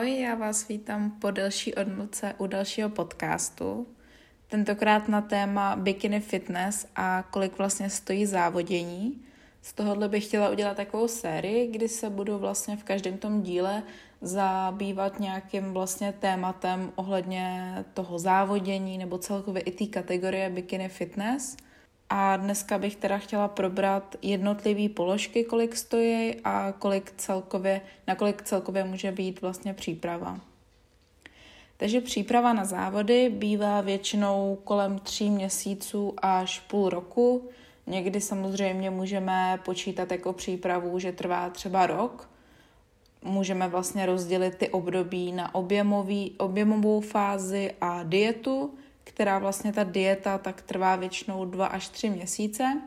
Ahoj, já vás vítám po delší odmlce u dalšího podcastu. Tentokrát na téma bikini fitness a kolik vlastně stojí závodění. Z tohohle bych chtěla udělat takovou sérii, kdy se budu vlastně v každém tom díle zabývat nějakým vlastně tématem ohledně toho závodění nebo celkově i té kategorie bikini fitness. A dneska bych teda chtěla probrat jednotlivé položky, kolik stojí a na kolik celkově může být vlastně příprava. Takže příprava na závody bývá většinou kolem 3 měsíců až půl roku. Někdy samozřejmě můžeme počítat jako přípravu, že trvá třeba rok. Můžeme vlastně rozdělit ty období na objemovou fázi a dietu, která vlastně ta dieta tak trvá většinou 2 až 3 měsíce.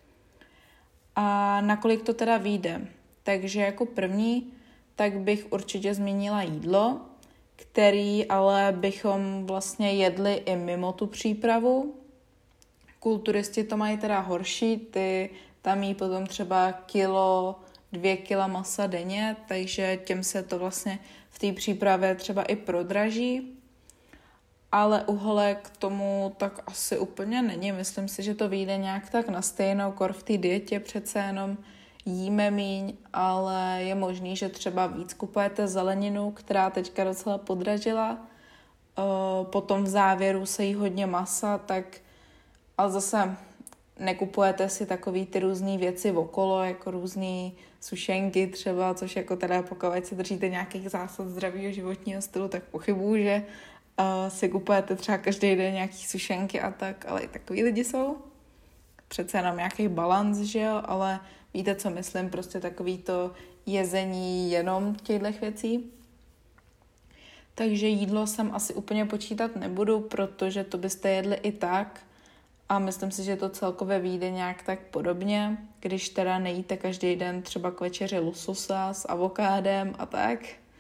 A nakolik to teda vyjde? Takže jako první, tak bych určitě zmínila jídlo, který ale bychom vlastně jedli i mimo tu přípravu. Kulturisti to mají teda horší, ty tam jí potom třeba 2 kila masa denně, takže těm se to vlastně v té přípravě třeba i prodraží. Ale u holek tomu tak asi úplně není. Myslím si, že to vyjde nějak tak na stejnou, kor v té dietě přece jenom jíme míň, ale je možný, že třeba víc kupujete zeleninu, která teďka docela podražila. Potom v závěru se jí hodně masa, ale zase nekupujete si takový ty různý věci okolo, jako různý sušenky třeba, což jako teda pokud si držíte nějakých zásad zdravého životního stylu, tak pochybuju, že si kupujete třeba každý den nějaký sušenky a tak, ale i takový lidi jsou. Přece jenom nějaký balans, že jo, ale víte, co myslím, prostě takový to jezení jenom těchto věcí. Takže jídlo jsem asi úplně počítat nebudu, protože to byste jedli i tak a myslím si, že to celkově vyjde nějak tak podobně, když teda nejíte každý den třeba k večeři lososa s avokádem a tak.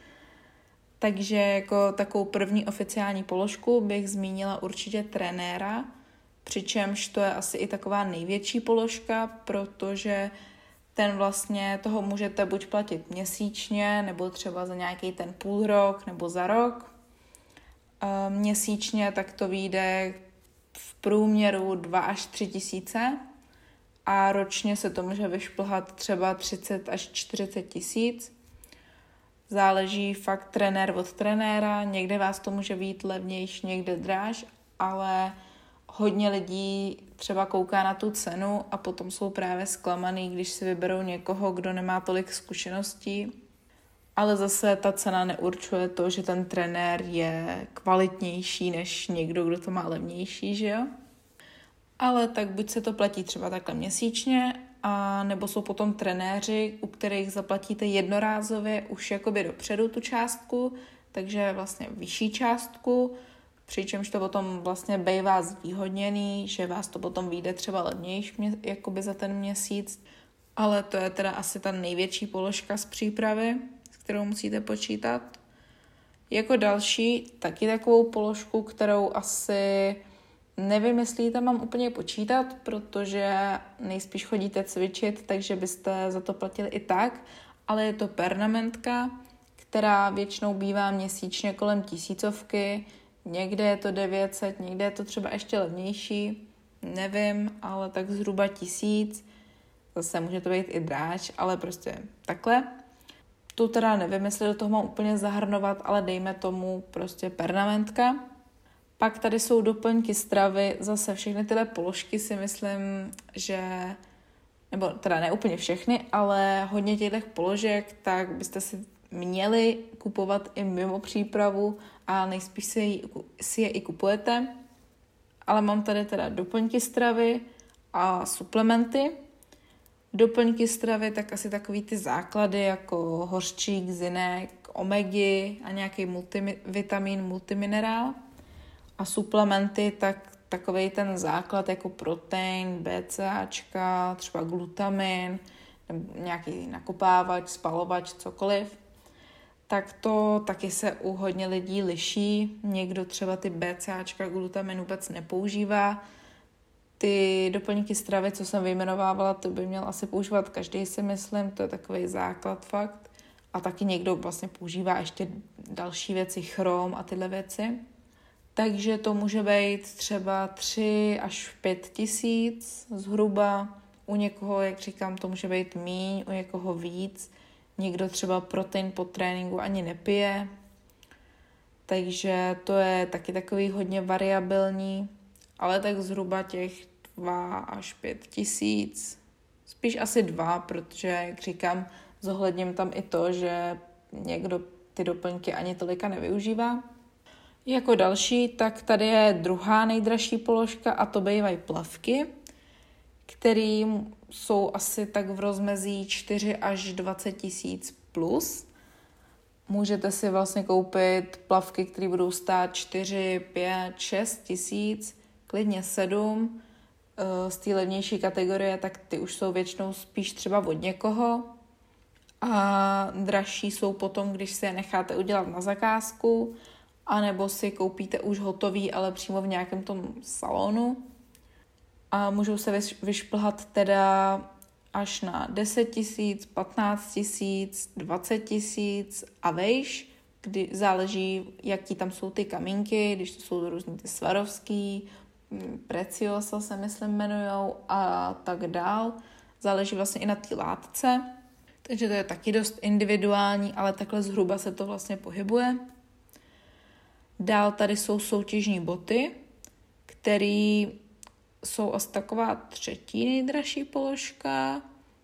Takže jako takovou první oficiální položku bych zmínila určitě trenéra, přičemž to je asi i taková největší položka, protože ten vlastně toho můžete buď platit měsíčně, nebo třeba za nějaký ten půl rok, nebo za rok. Měsíčně tak to vyjde v průměru 2 až 3 tisíce a ročně se to může vyšplhat třeba 30 až 40 tisíc. Záleží fakt trenér od trenéra, někde vás to může být levnější, někde dráž, ale hodně lidí třeba kouká na tu cenu a potom jsou právě zklamaný, když si vyberou někoho, kdo nemá tolik zkušeností. Ale zase ta cena neurčuje to, že ten trenér je kvalitnější než někdo, kdo to má levnější, že jo? Ale tak buď se to platí třeba takhle měsíčně, a nebo jsou potom trenéři, u kterých zaplatíte jednorázově už jakoby dopředu tu částku, takže vlastně vyšší částku, přičemž to potom vlastně bývá zvýhodněný, že vás to potom vyjde třeba levnější jakoby za ten měsíc, ale to je teda asi ta největší položka z přípravy, s kterou musíte počítat. Jako další taky takovou položku, kterou asi nevím, jestli tam mám úplně počítat, protože nejspíš chodíte cvičit, takže byste za to platili i tak, ale je to permanentka, která většinou bývá měsíčně kolem 1000, někde je to 900, někde je to třeba ještě levnější, nevím, ale tak zhruba 1000, zase může to být i dráž, ale prostě takhle. Tu teda nevím, jestli do toho mám úplně zahrnovat, ale dejme tomu prostě permanentka. Pak tady jsou doplňky stravy, zase všechny tyhle položky si myslím, že, nebo teda ne úplně všechny, ale hodně těchto položek, tak byste si měli kupovat i mimo přípravu a nejspíš si je i kupujete. Ale mám tady teda doplňky stravy a suplementy. Doplňky stravy, tak asi takový ty základy jako hořčík, zinek, omegy a nějaký multivitamin, multiminerál. A suplementy, tak takovej ten základ jako protein, BCAčka, třeba glutamin, nebo nějaký nakopávač, spalovač, cokoliv. Tak to taky se u hodně lidí liší. Někdo třeba ty BCAčka, glutamin vůbec nepoužívá. Ty doplňky stravy, co jsem vyjmenovávala, to by měl asi používat každý, si myslím, to je takový základ fakt. a taky někdo vlastně používá ještě další věci, chrom a tyhle věci. Takže to může být třeba 3 až 5 tisíc zhruba. U někoho, jak říkám, to může být míň, u někoho víc. Někdo třeba protein po tréninku ani nepije. Takže to je taky takový hodně variabilní, ale tak zhruba těch 2 až 5 tisíc. Spíš asi 2, protože, jak říkám, zohledním tam i to, že někdo ty doplňky ani tolika nevyužívá. Jako další, tak tady je druhá nejdražší položka a to bývají plavky, které jsou asi tak v rozmezí 4 až 20 tisíc plus. Můžete si vlastně koupit plavky, které budou stát 4, 5, 6 tisíc, klidně 7. Z té levnější kategorie, tak ty už jsou většinou spíš třeba od někoho. A dražší jsou potom, když si je necháte udělat na zakázku, anebo si koupíte už hotový, ale přímo v nějakém tom salonu. A můžou se vyšplhat teda až na 10 tisíc, 15 tisíc, 20 tisíc a vejš, kdy záleží, jaký tam jsou ty kamínky, když to jsou různý ty svarovský, Preciosa se myslím jmenujou a tak dál. Záleží vlastně i na té látce, takže to je taky dost individuální, ale takhle zhruba se to vlastně pohybuje. Dál tady jsou soutěžní boty, které jsou asi taková třetí nejdražší položka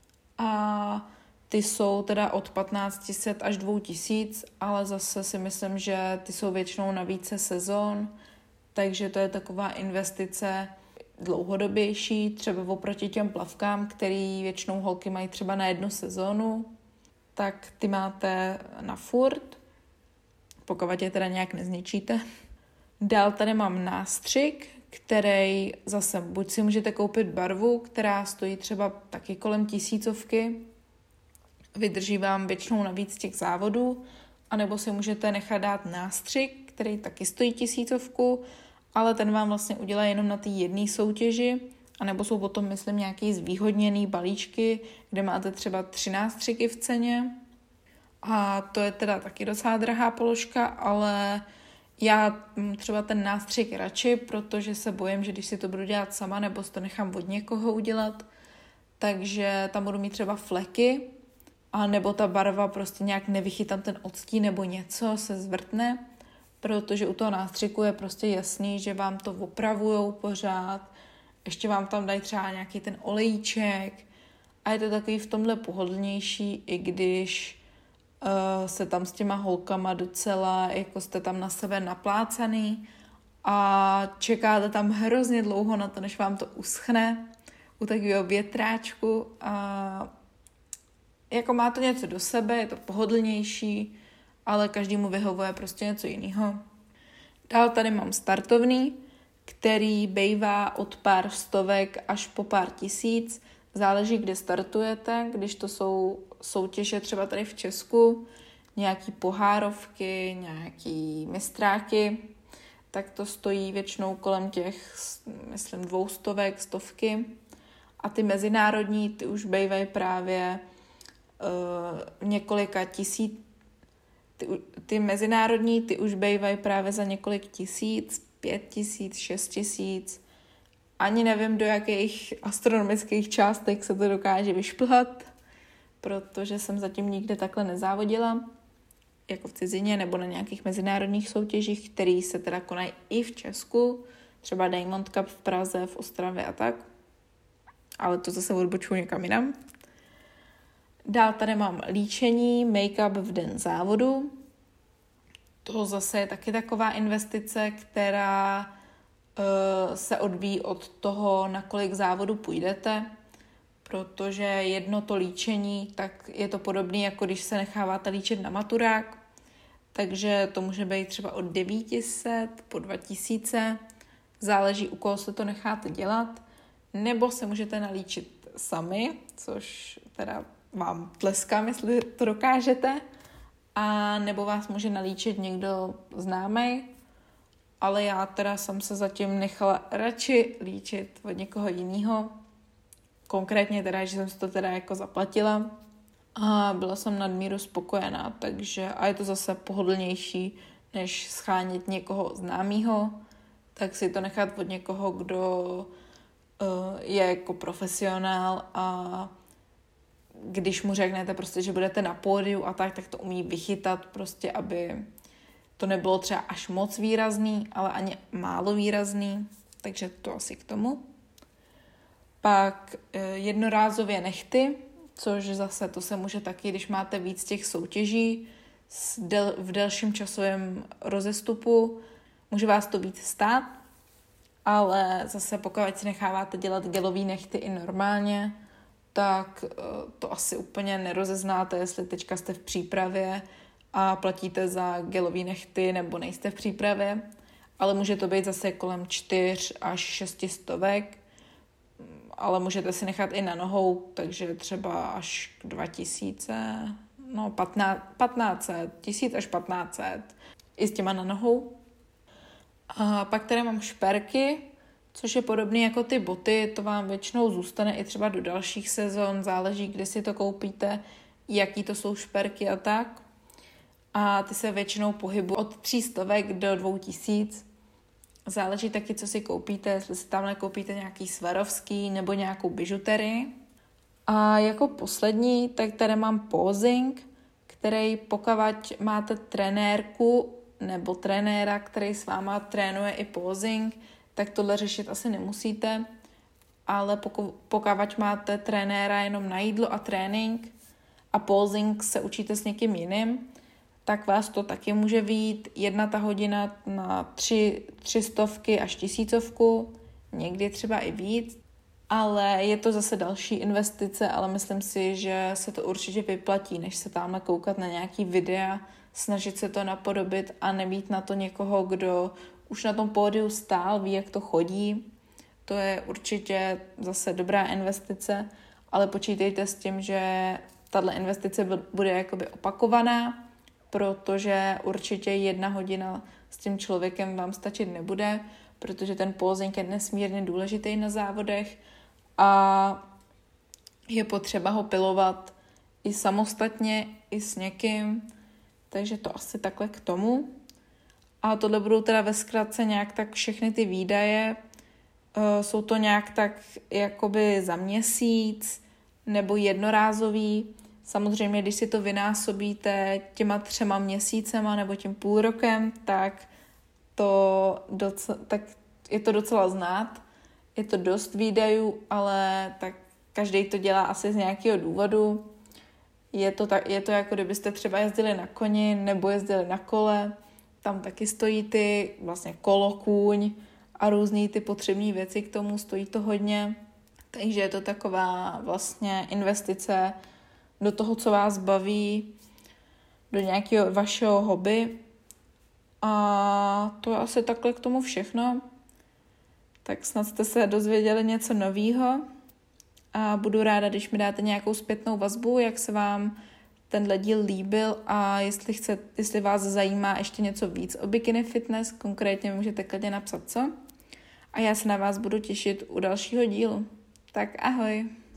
a ty jsou teda od 1500 až 2000, ale zase si myslím, že ty jsou většinou na více sezon, takže to je taková investice dlouhodobější, třeba oproti těm plavkám, který většinou holky mají třeba na 1 sezónu, tak ty máte na furt, pokud je teda nějak nezničíte. Dál tady mám nástřik, který zase buď si můžete koupit barvu, která stojí třeba taky kolem 1000, vydrží vám většinou navíc těch závodů, anebo si můžete nechat dát nástřik, který taky stojí 1000, ale ten vám vlastně udělá jenom na té jedné soutěži, anebo jsou potom, myslím, nějaký zvýhodněný balíčky, kde máte třeba 3 nástřiky v ceně. A to je teda taky docela drahá položka, ale já třeba ten nástřik radši, protože se bojím, že když si to budu dělat sama, nebo si to nechám od někoho udělat, takže tam budu mít třeba fleky, a nebo ta barva prostě nějak nevychytám ten odstín nebo něco, se zvrtne, protože u toho nástřiku je prostě jasný, že vám to opravujou pořád, ještě vám tam dají třeba nějaký ten olejček a je to takový v tomhle pohodlnější, i když se tam s těma holkama docela, jako jste tam na sebe naplácaný a čekáte tam hrozně dlouho na to, než vám to uschne u takového větráčku a jako má to něco do sebe, je to pohodlnější, ale každému vyhovuje prostě něco jiného. Dál tady mám startovný, který bejvá od pár stovek až po pár tisíc. Záleží, kde startujete, když to jsou soutěže třeba tady v Česku, nějaký pohárovky, nějaký mistráky, tak to stojí většinou kolem těch, myslím, 200, 100. A ty mezinárodní, ty už bejvají právě několika tisíc. Ty mezinárodní, ty už bejvají právě za několik tisíc, 5000, 6000. Ani nevím, do jakých astronomických částek se to dokáže vyšplhat, protože jsem zatím nikde takhle nezávodila, jako v cizině nebo na nějakých mezinárodních soutěžích, které se teda konají i v Česku, třeba Diamond Cup v Praze, v Ostravě a tak. Ale to zase odbočuji někam jinam. Dál tady mám líčení, make-up v den závodu. To zase je taky taková investice, která se odvíjí od toho, na kolik závodu půjdete, protože jedno to líčení, tak je to podobné, jako když se necháváte líčit na maturák, takže to může být třeba od 900 po 2000, záleží, u koho se to necháte dělat, nebo se můžete nalíčit sami, což teda vám tleskám, jestli to dokážete, a nebo vás může nalíčit někdo známý, ale já teda jsem se zatím nechala radši líčit od někoho jiného. Konkrétně teda, že jsem si to teda jako zaplatila. a byla jsem nadmíru spokojená, takže a je to zase pohodlnější, než schánět někoho známýho, tak si to nechat od někoho, kdo je jako profesionál a když mu řeknete prostě, že budete na pódiu a tak to umí vychytat prostě, aby to nebylo třeba až moc výrazný, ale ani málo výrazný, takže to asi k tomu. Pak jednorázově nehty, což zase to se může taky, když máte víc těch soutěží v delším časovém rozestupu, může vás to víc stát, ale zase pokud si necháváte dělat gelový nehty i normálně, tak to asi úplně nerozeznáte, jestli teďka jste v přípravě a platíte za gelový nehty nebo nejste v přípravě, ale může to být zase kolem 4 až 6 stovek, ale můžete si nechat i na nohou, takže třeba až k 2000, 1500, 1000 až 1500, i s těma na nohou. A pak tady mám šperky, což je podobný jako ty boty, to vám většinou zůstane i třeba do dalších sezon, záleží, kde si to koupíte, jaký to jsou šperky a tak. A ty se většinou pohybují od 300 do 2000. Záleží taky, co si koupíte, jestli si tamhle koupíte nějaký Swarovský nebo nějakou bižuterii. A jako poslední, tak tady mám posing, který pokud máte trenérku nebo trenéra, který s váma trénuje i posing, tak tohle řešit asi nemusíte, ale pokud máte trenéra jenom na jídlo a trénink a posing se učíte s někým jiným, tak vás to taky může vyjít 1 hodina na 300 až 1000, někdy třeba i víc, ale je to zase další investice, ale myslím si, že se to určitě vyplatí, než se tamhle koukat na nějaký videa, snažit se to napodobit a nemít na to někoho, kdo už na tom pódiu stál, ví, jak to chodí. To je určitě zase dobrá investice, ale počítejte s tím, že tato investice bude jakoby opakovaná, protože určitě 1 hodina s tím člověkem vám stačit nebude, protože ten posing je nesmírně důležitý na závodech a je potřeba ho pilovat i samostatně, i s někým, takže to asi takhle k tomu. A tohle budou teda ve zkratce nějak tak všechny ty výdaje. Jsou to nějak tak jakoby za měsíc nebo jednorázový. Samozřejmě, když si to vynásobíte těma 3 měsícema nebo tím půl rokem, tak je to docela znát. Je to dost výdajů, ale tak každý to dělá asi z nějakého důvodu. Je to jako kdybyste třeba jezdili na koni nebo jezdili na kole. Tam taky stojí ty vlastně kolo, kůň a různý ty potřebné věci k tomu, stojí to hodně. Takže je to taková vlastně investice do toho, co vás baví, do nějakého vašeho hobby. A to je asi takhle k tomu všechno. Tak snad jste se dozvěděli něco novýho a budu ráda, když mi dáte nějakou zpětnou vazbu, jak se vám tenhle díl líbil a jestli vás zajímá ještě něco víc o bikini fitness, konkrétně můžete klidně napsat co. A já se na vás budu těšit u dalšího dílu. Tak ahoj!